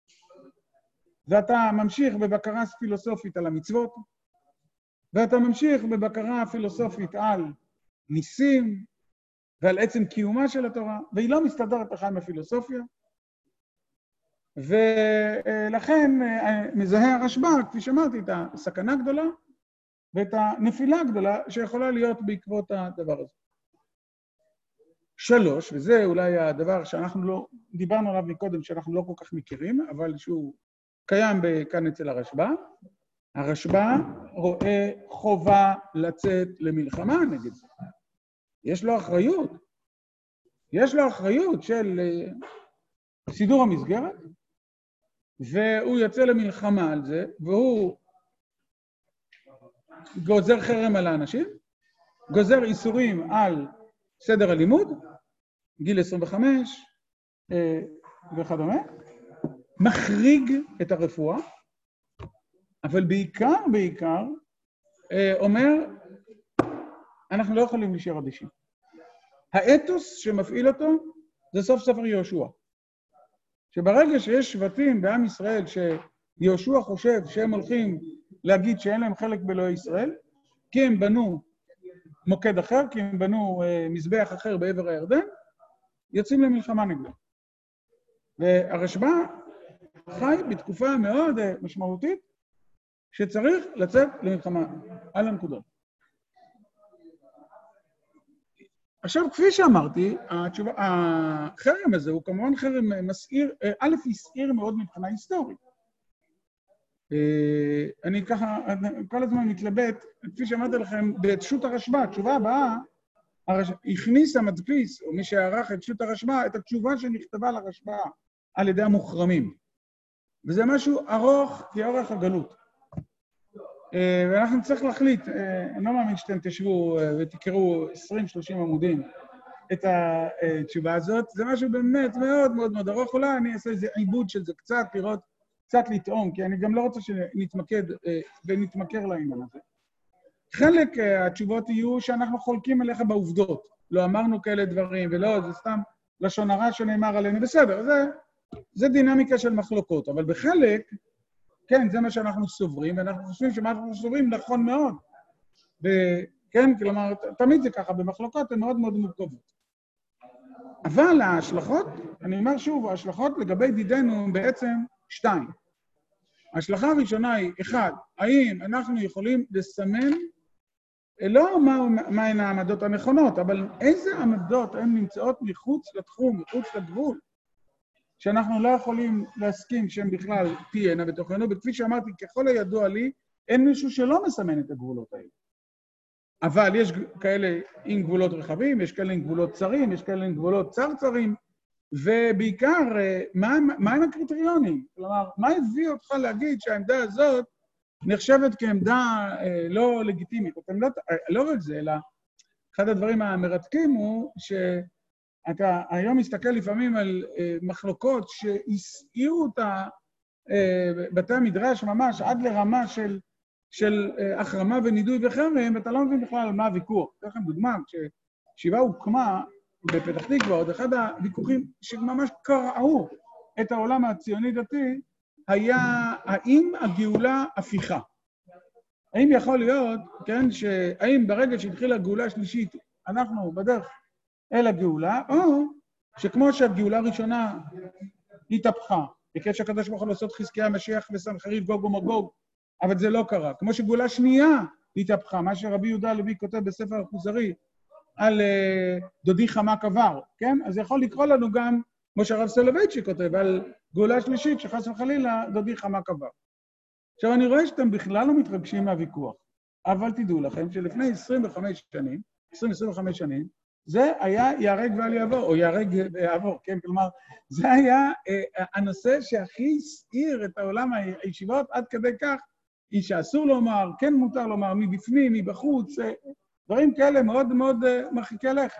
ואתה ממשיך בבקרה פילוסופית על המצוות, ואתה ממשיך בבקרה פילוסופית על ניסים, ועל עצם קיומה של התורה, והיא לא מסתדרת לך עם הפילוסופיה, ולכן מזהה הרשב"א, כפי שאמרתי, את הסכנה הגדולה, ואת הנפילה הגדולה שיכולה להיות בעקבות הדבר הזה. 3, וזה אולי הדבר שאנחנו לא, דיברנו עליו מקודם, שאנחנו לא כל כך מכירים, אבל שהוא קיים כאן אצל הרשב"א, הרשב"א רואה חובה לצאת למלחמה נגד זה. יש לו אחריות. יש לו אחריות של סידור המסגרת, והוא יוצא למלחמה על זה, והוא גוזר חרם על האנשים, גוזר איסורים על סדר הלימוד, גיל 25 וכדומה, מחריג את הרפואה, אבל בעיקר אומר, אנחנו לא יכולים להישאר אדישים. האתוס שמפעיל אותו זה סוף ספר יהושע. שברגע שיש שבטים בעם ישראל שיהושע חושב שהם הולכים להגיד שאין להם חלק באלוהי ישראל, כי הם בנו מוקד אחר, כי הם בנו מזבח אחר בעבר הירדן, יוצאים למלחמה נגדם. והרשב"א חי בתקופה מאוד משמעותית שצריך לצאת למלחמה על הנקודות. עכשיו, כפי שאמרתי, החרם הזה הוא כמובן חרם מסעיר, א', מסעיר מאוד מבחינה היסטורית. אני ככה כל הזמן מתלבט, כפי שאמרתי לכם, בתשוט הרשב"א, התשובה הבאה, הכניס המדפיס, או מי שערך את תשוט הרשב"א, את התשובה שנכתבה לרשב"א על ידי המוחרמים. וזה משהו ארוך כאורך הגלות. ואנחנו צריך להחליט, אני לא מאמין שאתם תשבו ותקראו 20-30 עמודים את התשובה הזאת. זה משהו באמת מאוד מאוד מאוד ארוך, אולי אני אעשה איזה עיבוד של זה קצת, לראות, קצת לטעום, כי אני גם לא רוצה שנתמקד ונתמכר לעניין הזה. חלק התשובות יהיו שאנחנו חולקים עליך בעובדות. לא אמרנו כאלה דברים, ולא, זה סתם לשון הרע שנאמר עלינו. בסדר, זה דינמיקה של מחלוקות, אבל בחלק, כן, זה מה שאנחנו סוברים, ואנחנו חושבים שמה אנחנו סוברים נכון מאוד. כן, כלומר, תמיד זה ככה, במחלוקות הן מאוד מאוד מורכבות. אבל ההשלכות, אני אומר שוב, ההשלכות לגבי דידנו הן בעצם 2. ההשלכה הראשונה היא, 1, האם אנחנו יכולים לסמן, לא מהן העמדות הנכונות, אבל איזה עמדות הן נמצאות מחוץ לתחום, מחוץ לגבול, שאנחנו לא יכולים להסכים שהן בכלל תהיינה בתוכנו, וכפי שאמרתי, ככל הידוע לי, אין מישהו שלא מסמן את הגבולות האלה. אבל יש כאלה עם גבולות רחבים, יש כאלה עם גבולות צרים, יש כאלה עם גבולות צרצרים, ובעיקר, מה הם הקריטריונים? כלומר, מה הביא אותך להגיד שהעמדה הזאת נחשבת כעמדה לא לגיטימית? אתם לא רק זה, אלא אחד הדברים המרתקים הוא שאתה היום מסתכל לפעמים על מחלוקות שהסעירו את בתי המדרש ממש עד לרמה של החרמה ונידוי וחרם, ואתה לא מבין בכלל על מה הוויכוח. אתן לכם דוגמה, כשישיבה הוקמה בפתח תקווה, עוד אחד הוויכוחים שממש קרעו את העולם הציוני-דתי, היה האם הגאולה הפיכה. האם יכול להיות, כן, האם ברגע שהתחילה הגאולה השלישית, אנחנו בדרך אל הגאולה, או שכמו שהגאולה הראשונה התהפכה, ביקש הקדוש ברוך הוא לעשות חזקיה המשיח וסנחריב גוג ומגוג, אבל זה לא קרה. כמו שגאולה שנייה התהפכה, מה שרבי יהודה הלוי כותב בספר הכוזרי, על דודי חמק עבר, כן? אז יכול לקרוא לנו גם, כמו שהרב סולובייצ'יק כותב, על גאולה שלישית שחס וחלילה דודי חמק עבר. עכשיו אני רואה שאתם בכלל לא מתרגשים מהוויכוח, אבל תדעו לכם שלפני 25 שנים, זה היה יהרג ואל יעבור, או יהרג ויעבור, כן? כלומר, זה היה הנושא שהכי הסעיר את העולם הישיבות עד כדי כך, היא שאסור לומר, כן מותר לומר, מבפנים, מבחוץ, דברים כאלה מאוד מאוד מרחיקי לכת.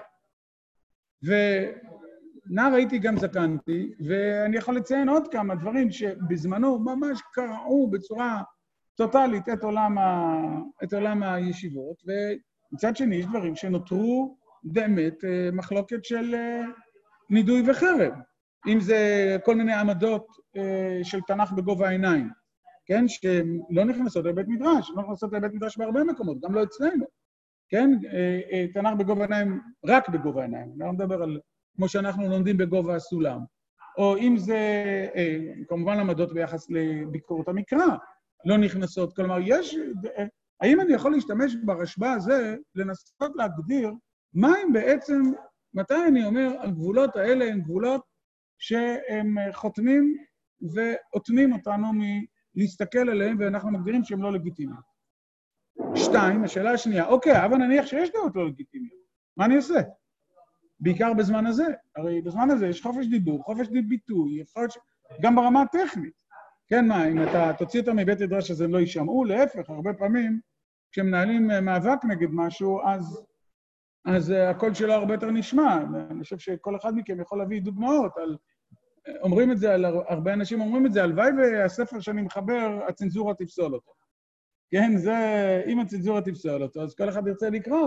ונער הייתי גם זקנתי, ואני יכול לציין עוד כמה דברים שבזמנו ממש קרעו בצורה טוטלית את עולם הישיבות, ומצד שני יש דברים שנותרו באמת מחלוקת של נידוי וחרם. אם זה כל מיני עמדות של תנ"ך בגובה העיניים, כן, שלא נכנסות לבית מדרש, לא נכנסות לבית מדרש בהרבה מקומות, גם לא אצלנו. כן, תנ"ך בגובה העיניים, רק בגובה העיניים, אני לא מדבר על כמו שאנחנו לומדים בגובה הסולם. או אם זה, כמובן עמדות ביחס לביקורת המקרא, לא נכנסות. כלומר, האם אני יכול להשתמש ברשב"א הזה לנסות להגדיר מה הם בעצם, מתי אני אומר, הגבולות האלה הם גבולות שהם חותמים ואוטמים אותנו מלהסתכל עליהם, ואנחנו מגדירים שהם לא לגיטימיים. 2, השאלה השנייה, אוקיי, אבל נניח שיש דעות לא לגיטימיות, מה אני עושה? בעיקר בזמן הזה, הרי בזמן הזה יש חופש דיבור, חופש ביטוי, גם ברמה הטכנית. כן, מה, אם אתה תוציא אותם מבית מדרש אז הם לא יישמעו, להפך, הרבה פעמים כשמנהלים מאבק נגד משהו, אז הקול שלו הרבה יותר נשמע. אני חושב שכל אחד מכם יכול להביא דוגמאות, אומרים את זה, הרבה אנשים אומרים את זה, הלוואי והספר שאני מחבר, הצנזורה תפסול אותו. כן, זה, אם הצנזורה תפסול אותו, אז כל אחד ירצה לקרוא,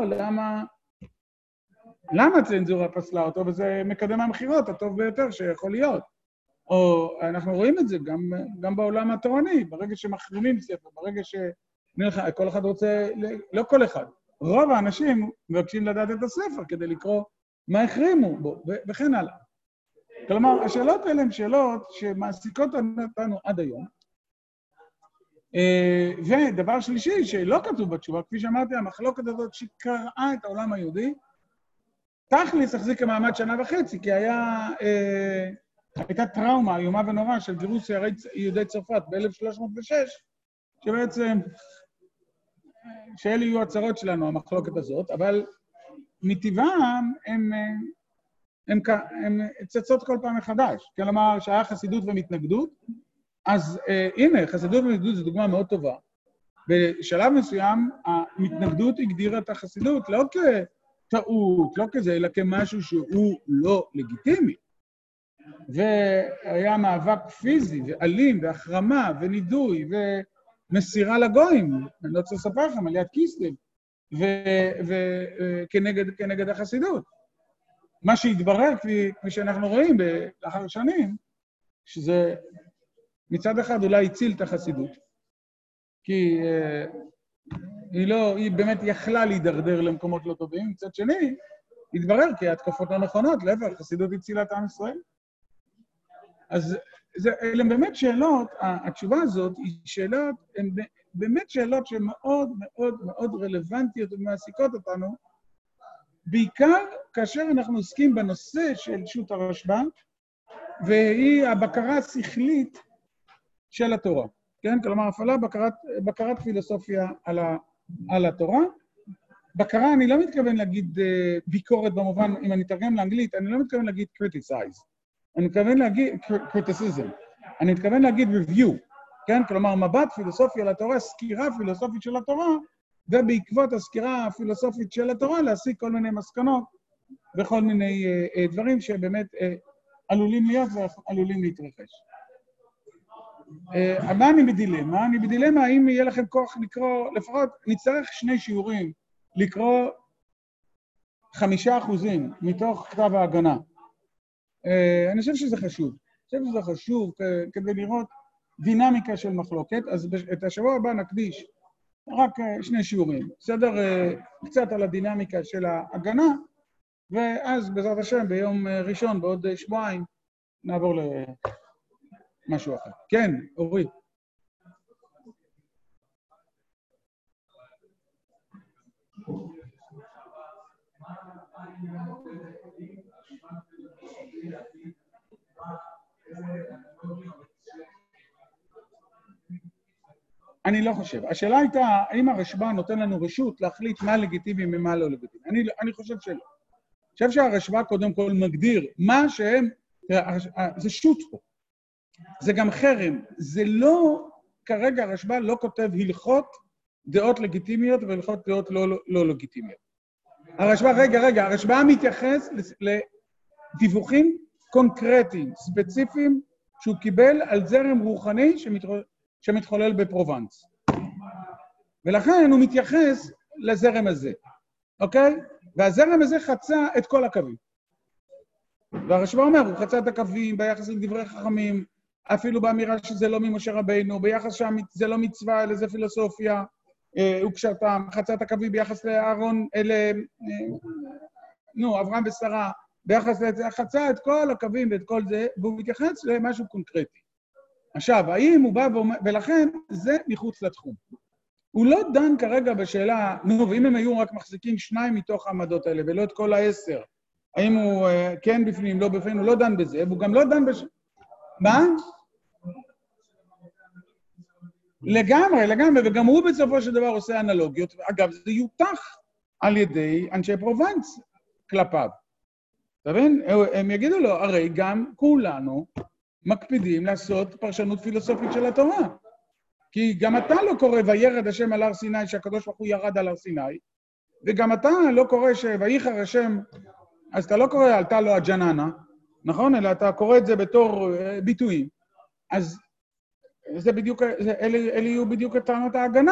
למה הצנזורה פסלה אותו, וזה מקדם המחירות הטוב ביותר שיכול להיות. או אנחנו רואים את זה גם בעולם התורני, ברגע שמחרימים ספר, ברגע שכל אחד רוצה, לא כל אחד, רוב האנשים מבקשים לדעת את הספר כדי לקרוא מה החרימו בו, וכן הלאה. כלומר, השאלות האלה הן שאלות שמעסיקות אותנו עד היום. ודבר שלישי שלא כתוב בתשובה, כפי שאמרתי, המחלוקת הזאת שקרעה את העולם היהודי, תכלס החזיק המעמד 1.5 שנה, כי הייתה טראומה איומה ונורא של גירוש יהודי צרפת ב-1306, שבעצם, שאלה יהיו הצרות שלנו, המחלוקת הזאת, אבל מטבעם הם צצות כל פעם מחדש. כלומר, שהיה חסידות ומתנגדות, אז הנה, חסידות ומתנגדות זו דוגמה מאוד טובה. בשלב מסוים, המתנגדות הגדירה את החסידות, לא כטעות, לא כזה, אלא כמשהו שהוא לא לגיטימי. והיה מאבק פיזי ואלים והחרמה ונידוי ומסירה לגויים, אני לא צריך לספר לכם, עליית קיסלב, וכנגד החסידות. מה שהתברר, כפי שאנחנו רואים לאחר שנים, שזה מצד אחד אולי הציל את החסידות, כי היא באמת יכלה להידרדר למקומות לא טובים, מצד שני, התברר כי ההתקפות לא נכונות, להפך, החסידות הצילה את עם ישראל. אז אלה באמת שאלות, התשובה הזאת היא שאלות, הן באמת שאלות שמאוד מאוד מאוד רלוונטיות ומעסיקות אותנו, בעיקר כאשר אנחנו עוסקים בנושא של שו"ת הרשב"א, והיא הבקרה השכלית של התורה. כן? כלומר, הפעלה בקרת פילוסופיה על התורה. בקרה, אני לא מתכוון להגיד ביקורת במובן, אם אני אתרגם לאנגלית, אני לא מתכוון להגיד criticize. אני מתכוון להגיד criticism. אני מתכוון להגיד review. כן? כלומר, מבט פילוסופי על התורה, סקירה פילוסופית של התורה, ובעקבות הסקירה הפילוסופית של התורה, להסיק כל מיני מסקנות וכל מיני דברים שבאמת עלולים להיות ועלולים להתרחש. מה אני בדילמה? אני בדילמה האם יהיה לכם כוח לקרוא, לפחות נצטרך 2 שיעורים, לקרוא 5% מתוך כתב ההגנה. אני חושב שזה חשוב. אני חושב שזה חשוב כדי לראות דינמיקה של מחלוקת, אז את השבוע הבא נקדיש רק 2 שיעורים. בסדר, קצת על הדינמיקה של ההגנה, ואז בעזרת השם ביום ראשון, בעוד שבועיים, נעבור למשהו אחר. כן, אורי. אני לא חושב. השאלה הייתה, האם הרשב"א נותן לנו רשות להחליט מה לגיטימי ומה לא לגיטימי? אני חושב שלא. אני חושב שהרשב"א קודם כל מגדיר מה שהם, זה שו"ת פה. זה גם חרם. זה לא, כרגע הרשב"א לא כותב הלכות דעות לגיטימיות והלכות דעות לא לגיטימיות. הרשב"א, הרשב"א מתייחס לדיווחים קונקרטיים, ספציפיים, שהוא קיבל על זרם רוחני שמתחולל בפרובנס. ולכן הוא מתייחס לזרם הזה, אוקיי? והזרם הזה חצה את כל הקווים. והרשב"א אומר, הוא חצה את הקווים ביחס לדברי חכמים, אפילו באמירה שזה לא ממשה רבינו, ביחס שזה לא מצווה, אלא זה פילוסופיה, הוא כשאתה חצה את הקווים ביחס לאהרון, אברהם ושרה, ביחס לזה, חצה את כל הקווים ואת כל זה, והוא מתייחס למשהו קונקרטי. עכשיו, האם הוא בא ואומר, ולכן זה מחוץ לתחום. הוא לא דן כרגע בשאלה, ואם הם היו רק מחזיקים 2 מתוך העמדות האלה, ולא את כל 10, האם הוא כן בפנים, לא בפנים, הוא לא דן בזה, והוא גם לא דן מה? לגמרי, וגם הוא בסופו של דבר עושה אנלוגיות, אגב, זה יותח על ידי אנשי פרובנס כלפיו. אתה מבין? הם יגידו לו, הרי גם כולנו מקפידים לעשות פרשנות פילוסופית של התורה. כי גם אתה לא קורא וירד השם על הר סיני, שהקדוש ברוך הוא ירד על הר סיני, וגם אתה לא קורא שויחר השם, אז אתה לא קורא עלתה לו הג'ננה, נכון? אלא אתה קורא את זה בתור ביטויים. אז זה בדיוק, אלה יהיו בדיוק את טענות ההגנה.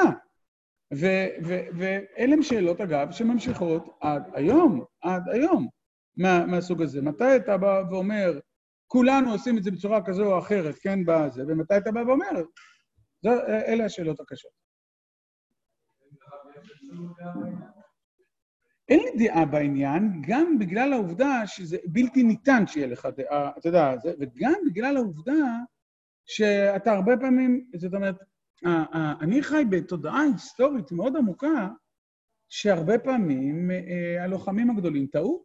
ואלה הם שאלות, אגב, שממשיכות עד היום, מהסוג הזה. מתי אתה בא ואומר, כולנו עושים את זה בצורה כזו או אחרת, כן, בזה, ומתי אתה בא ואומר, אלה השאלות הקשות. אין לי דעה בעניין, גם בגלל העובדה שזה בלתי ניתן שיהיה לך דעה, אתה יודע, וגם בגלל העובדה שאתה הרבה פעמים, זאת אומרת, אני חי בתודעה היסטורית מאוד עמוקה, שהרבה פעמים הלוחמים הגדולים טעו.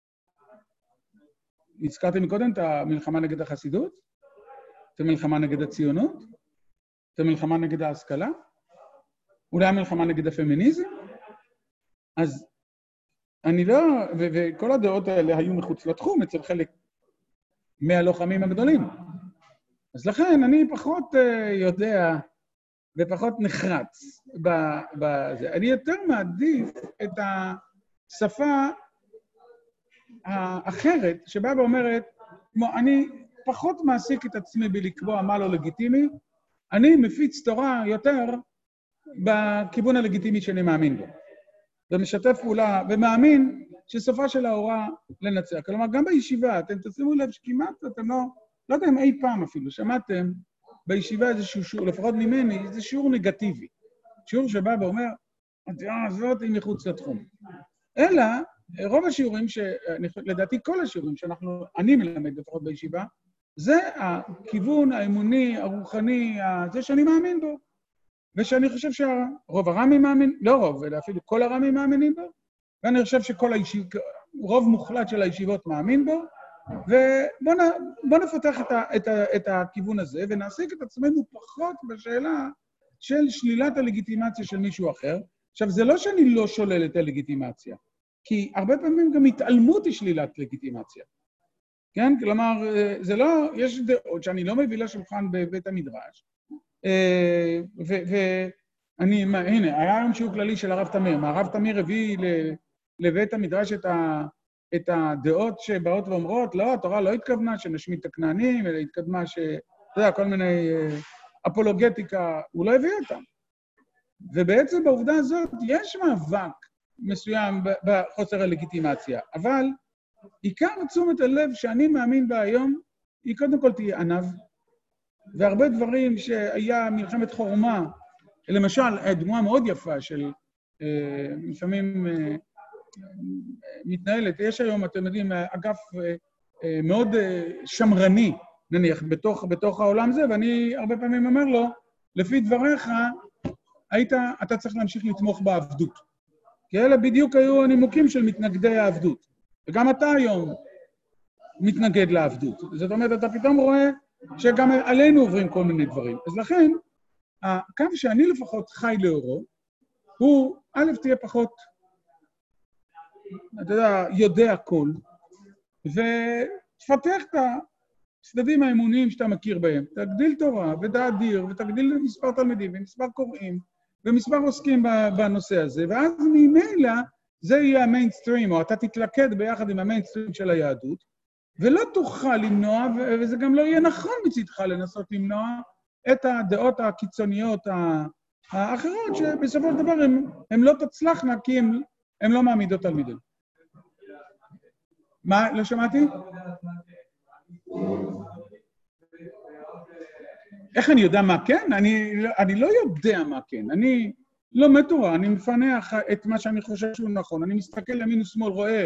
הזכרתי מקודם את המלחמה נגד החסידות, את המלחמה נגד הציונות, את המלחמה נגד ההשכלה, אולי המלחמה נגד הפמיניזם. אז אני לא, וכל הדעות האלה היו מחוץ לתחום אצל חלק מהלוחמים הגדולים. אז לכן אני פחות יודע ופחות נחרץ בזה. אני יותר מעדיף שפה האחרת, שבאה ואומרת, כמו אני פחות מעסיק את עצמי בלקבוע מה לא לגיטימי, אני מפיץ תורה יותר בכיוון הלגיטימי שאני מאמין בו. ומשתף פעולה, ומאמין שסופה של ההוראה לנצח. כלומר, גם בישיבה, אתם תשימו לב שכמעט אתם לא יודע אם אי פעם אפילו, שמעתם בישיבה איזשהו שיעור, לפחות ממני, זה שיעור נגטיבי. שיעור שבא ואומר, הדעה הזאת היא מחוץ לתחום. אלא, רוב השיעורים, לדעתי כל השיעורים אני מלמד לפחות בישיבה, זה הכיוון האמוני, הרוחני, זה שאני מאמין בו. ושאני חושב שהרוב הרמים מאמין, לא רוב, אלא אפילו כל הרמים מאמינים בו, ואני חושב רוב מוחלט של הישיבות מאמין בו, ובוא נפתח את הכיוון הזה, ונעסיק את עצמנו פחות בשאלה של שלילת הלגיטימציה של מישהו אחר. עכשיו, זה לא שאני לא שולל את הלגיטימציה, כי הרבה פעמים גם התעלמות היא שלילת לגיטימציה. כן? כלומר, זה לא, יש דעות שאני לא מביא לשולחן בבית המדרש, הנה, היה היום שיעור כללי של הרב תמיר, הרב תמיר הביא לבית המדרש את הדעות שבאות ואומרות, לא, התורה לא התכוונה שנשמיד את הכנענים, אלא התקדמה אתה יודע, כל מיני אפולוגטיקה, הוא לא הביא אותם. ובעצם בעובדה הזאת יש מאבק מסוים בחוסר הלגיטימציה, אבל עיקר תשומת הלב שאני מאמין בה היום, היא קודם כל תהיה ענב, והרבה דברים שהיה מלחמת חורמה, למשל, דוגמה מאוד יפה של לפעמים מתנהלת, יש היום, אתם יודעים, אגף מאוד שמרני, נניח, בתוך העולם זה, ואני הרבה פעמים אומר לו, לפי דבריך, אתה צריך להמשיך לתמוך בעבדות. כי אלה בדיוק היו הנימוקים של מתנגדי העבדות. וגם אתה היום מתנגד לעבדות. זאת אומרת, אתה פתאום רואה שגם עלינו עוברים כל מיני דברים. אז לכן, הקו שאני לפחות חי לאורו, הוא, א', תהיה פחות, אתה יודע הכל, ותפתח את הצדדים האמוניים שאתה מכיר בהם. תגדיל תורה ותאדיר, ותגדיל מספר תלמידים ומספר קוראים, ומספר עוסקים בנושא הזה, ואז ממילא זה יהיה המיינסטרים, או אתה תתלכד ביחד עם המיינסטרים של היהדות, ולא תוכל למנוע, וזה גם לא יהיה נכון מצדך לנסות למנוע את הדעות הקיצוניות האחרות, שבסופו של דבר הם לא תצלחנה, כי הם לא מעמידות תלמידים. מה? לא שמעתי? איך אני יודע מה כן? אני לא יודע מה כן. אני לומד תורה, אני מפענח את מה שאני חושב שהוא נכון. אני מסתכל למין ושמאל, רואה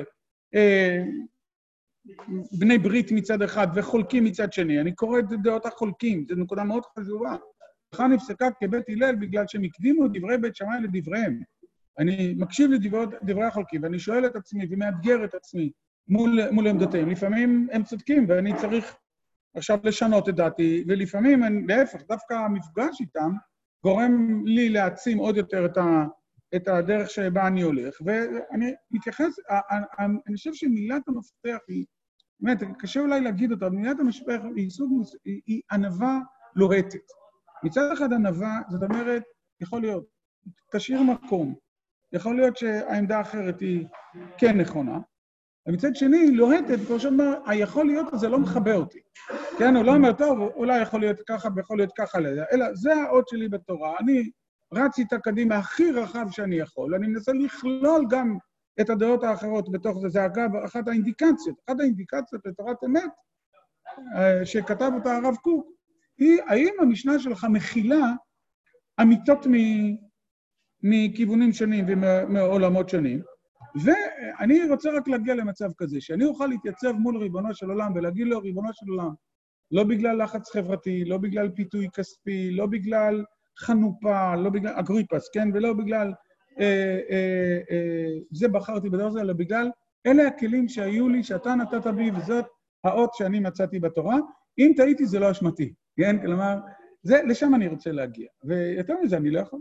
בני ברית מצד אחד וחולקים מצד שני. אני קורא את דעות החולקים, זו נקודה מאוד חשובה. לכן נפסקה כבית הלל בגלל שהם הקדימו דברי בית שמאי לדבריהם. אני מקשיב לדברי החולקים, ואני שואל את עצמי ומאתגר את עצמי מול עמדותיהם. לפעמים הם צודקים, ואני צריך עכשיו לשנות את דעתי, ולפעמים, להפך, דווקא המפגש איתם גורם לי להעצים עוד יותר את הדרך שבה אני הולך. ואני מתייחס, אני חושב שמילת המפתח היא, באמת, קשה אולי להגיד אותה, מילת המפתח היא ענווה לוהטת. מצד אחד ענווה, זאת אומרת, יכול להיות, תשאיר מקום, יכול להיות שהעמדה האחרת היא כן נכונה, ומצד שני, לוהטת, פשוט אומר, היכול להיות הזה לא מחבא אותי. כן, הוא לא אומר, טוב, אולי יכול להיות ככה ויכול להיות ככה, אלא זה האות שלי בתורה, אני רץ איתה קדימה הכי רחב שאני יכול, אני מנסה לכלול גם את הדעות האחרות בתוך זה. זה אגב, אחת האינדיקציות לתורת אמת, שכתב אותה הרב קוק, היא, האם המשנה שלך מכילה אמיתות מכיוונים שונים ומעולמות שונים, ואני רוצה רק להגיע למצב כזה, שאני אוכל להתייצב מול ריבונו של עולם ולהגיד לו, ריבונו של עולם, לא בגלל לחץ חברתי, לא בגלל פיתוי כספי, לא בגלל חנופה, לא בגלל אגריפס, כן? ולא בגלל זה בחרתי בדבר הזה, אלא בגלל אלה הכלים שהיו לי, שאתה נתת בי, וזאת האות שאני מצאתי בתורה. אם טעיתי זה לא אשמתי, כן? כלומר, לשם אני רוצה להגיע, ויותר מזה אני לא יכול.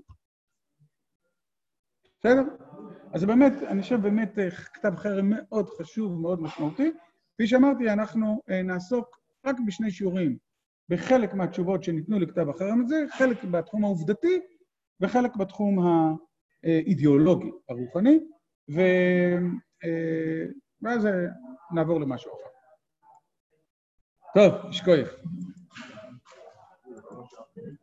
בסדר? אז באמת, אני חושב באמת כתב חרם מאוד חשוב, מאוד משמעותי. כפי שאמרתי, אנחנו נעסוק רק בשני שיעורים, בחלק מהתשובות שניתנו לכתב החרם הזה, חלק בתחום העובדתי, וחלק בתחום האידיאולוגי, הרוחני, ואז נעבור למשהו אחר. טוב, שכוייך.